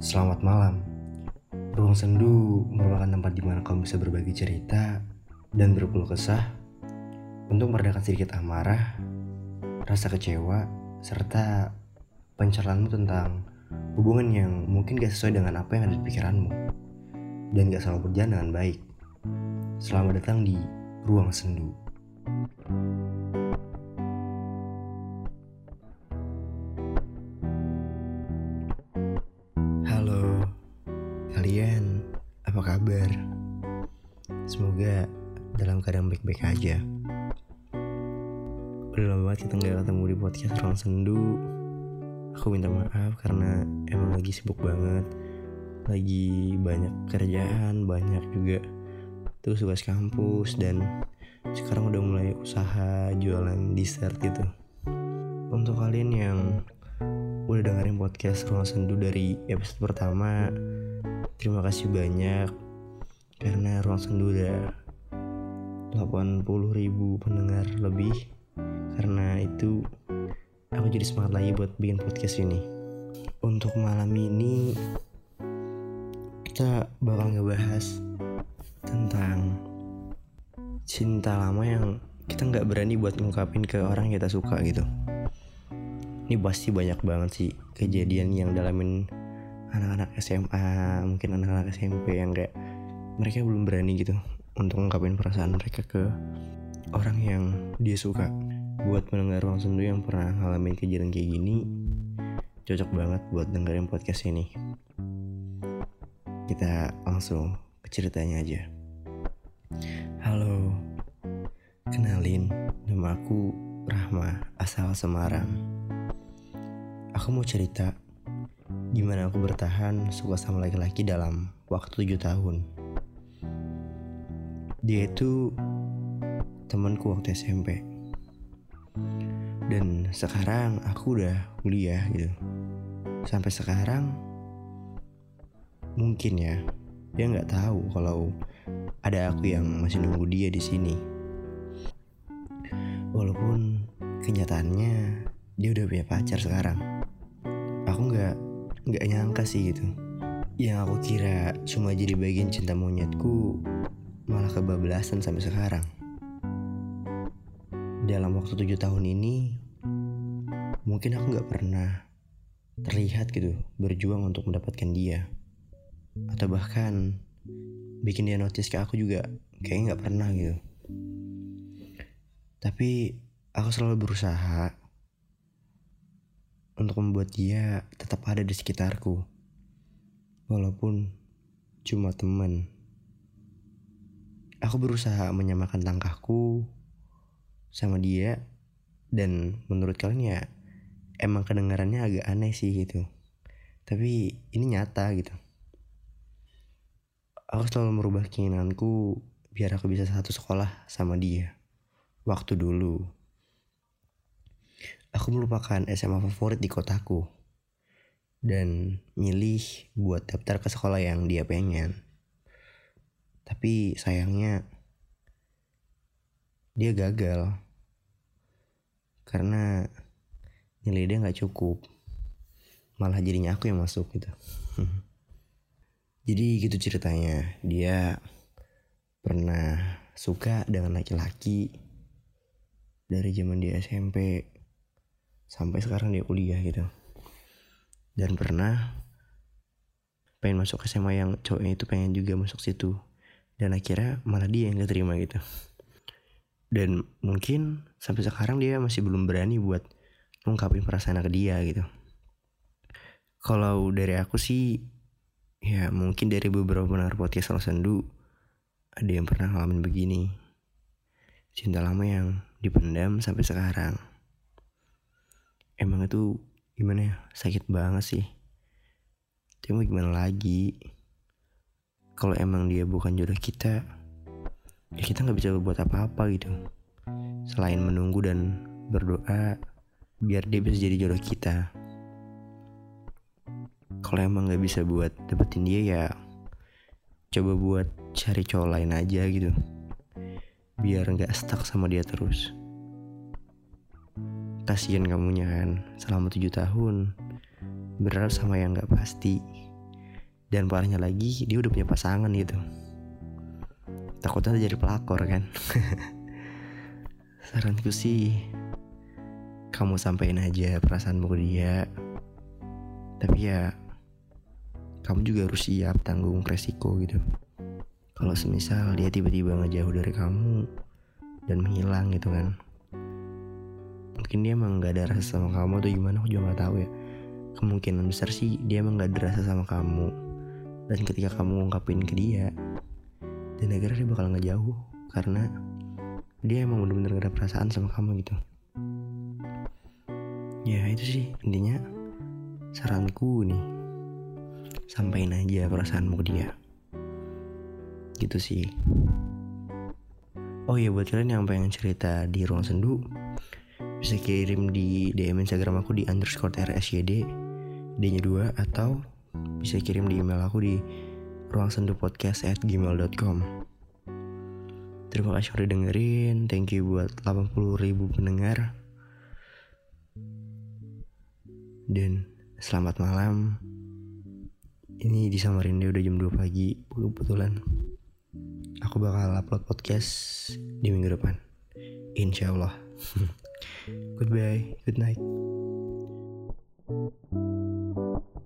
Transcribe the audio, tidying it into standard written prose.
Selamat malam. Ruang Sendu merupakan tempat di mana kamu bisa berbagi cerita dan berkeluh kesah untuk meredakan sedikit amarah, rasa kecewa, serta pencerahanmu tentang hubungan yang mungkin gak sesuai dengan apa yang ada di pikiranmu dan gak selalu berjalan dengan baik. Selamat datang di Ruang Sendu. Halo, kalian apa kabar? Semoga dalam keadaan baik-baik aja. Udah lama banget kita gak ketemu di podcast Ruang Sendu. Aku minta maaf karena emang lagi sibuk banget. Lagi banyak kerjaan, banyak juga tugas kampus, dan sekarang udah mulai usaha jualan dessert gitu. Untuk kalian yang udah dengerin podcast Ruang Sendu dari episode pertama, terima kasih banyak. Karena Ruang Sendu udah 80.000 pendengar lebih. Karena itu aku jadi semangat lagi buat bikin podcast ini. Untuk malam ini kita bakal ngebahas tentang cinta lama yang kita gak berani buat ngungkapin ke orang yang kita suka gitu. Ini pasti banyak banget sih kejadian yang dalamin anak-anak SMA, mungkin anak-anak SMP yang kayak mereka belum berani gitu untuk ngungkapin perasaan mereka ke orang yang dia suka. Buat pendengar Ruang Sendu yang pernah ngalamin kejadian kayak gini, cocok banget buat dengerin podcast ini. Kita langsung ke ceritanya aja. Halo, kenalin, nama aku Rahma, asal Semarang. Aku mau cerita gimana aku bertahan suka sama laki-laki dalam waktu 7 tahun. Dia itu temanku waktu SMP. Dan sekarang aku udah kuliah gitu. Sampai sekarang mungkin ya, dia nggak tahu kalau ada aku yang masih nunggu dia di sini. Walaupun kenyataannya dia udah punya pacar sekarang. Aku nggak nyangka sih gitu. Yang aku kira cuma jadi bagian cinta monyetku malah kebablasan sampai sekarang. Dalam waktu 7 tahun ini, mungkin aku gak pernah terlihat gitu berjuang untuk mendapatkan dia. Atau bahkan bikin dia notice ke aku juga kayaknya gak pernah gitu. Tapi aku selalu berusaha untuk membuat dia tetap ada di sekitarku. Walaupun cuma teman. Aku berusaha menyamakan langkahku sama dia. Dan menurut kalian ya emang kedengarannya agak aneh sih gitu, tapi ini nyata gitu. Aku selalu merubah keinginanku biar aku bisa satu sekolah sama dia. Waktu dulu aku melupakan SMA favorit di kotaku dan milih buat daftar ke sekolah yang dia pengen. Tapi sayangnya dia gagal karena nilai dia gak cukup. Malah jadinya aku yang masuk gitu. Jadi gitu ceritanya. Dia pernah suka dengan laki-laki dari zaman dia SMP sampai sekarang dia kuliah gitu. Dan pernah pengen masuk SMA yang cowoknya itu pengen juga masuk situ. Dan akhirnya malah dia yang keterima gitu. Dan mungkin sampai sekarang dia masih belum berani buat ngungkapin perasaan ke dia gitu. Kalau dari aku sih, ya mungkin dari beberapa pendengar podcast Ruang Sendu ada yang pernah ngalamin begini. Cinta lama yang dipendam sampai sekarang. Emang itu gimana ya, sakit banget sih. Tapi mau gimana lagi, kalau emang dia bukan jodoh kita, ya kita gak bisa berbuat apa-apa gitu, selain menunggu dan berdoa biar dia bisa jadi jodoh kita. Kalau emang gak bisa buat dapetin dia, ya coba buat cari cowok lain aja gitu, biar gak stuck sama dia terus. Kasian kamunya kan, selama 7 tahun berharap sama yang gak pasti. Dan parahnya lagi, dia udah punya pasangan gitu. Takutnya jadi pelakor kan. Saranku sih, kamu sampein aja perasaanmu ke dia. Tapi ya, kamu juga harus siap tanggung resiko gitu. Kalau semisal dia tiba-tiba ngejauh dari kamu dan menghilang gitu kan, mungkin dia emang gak ada rasa sama kamu atau gimana, aku juga gak tahu ya. Kemungkinan besar sih dia emang gak ada rasa sama kamu. Dan ketika kamu ngungkapin ke dia, dan akhirnya dia bakal ngejauh karena dia emang bener-bener gak ada perasaan sama kamu gitu. Ya itu sih intinya. Saranku nih, sampein aja perasaanmu ke dia. Gitu sih. Oh iya, buat kalian yang pengen cerita di Ruang Sendu, bisa kirim di DM Instagram aku di _RSYD D-nya 2, atau bisa kirim di email aku di ruangsendupodcast@gmail.com. Terima kasih udah dengerin. Thank you buat 80.000 pendengar. Dan selamat malam. Ini di Samarinda udah jam 2 pagi. Kebetulan aku bakal upload podcast di minggu depan, insyaallah. Goodbye, good night.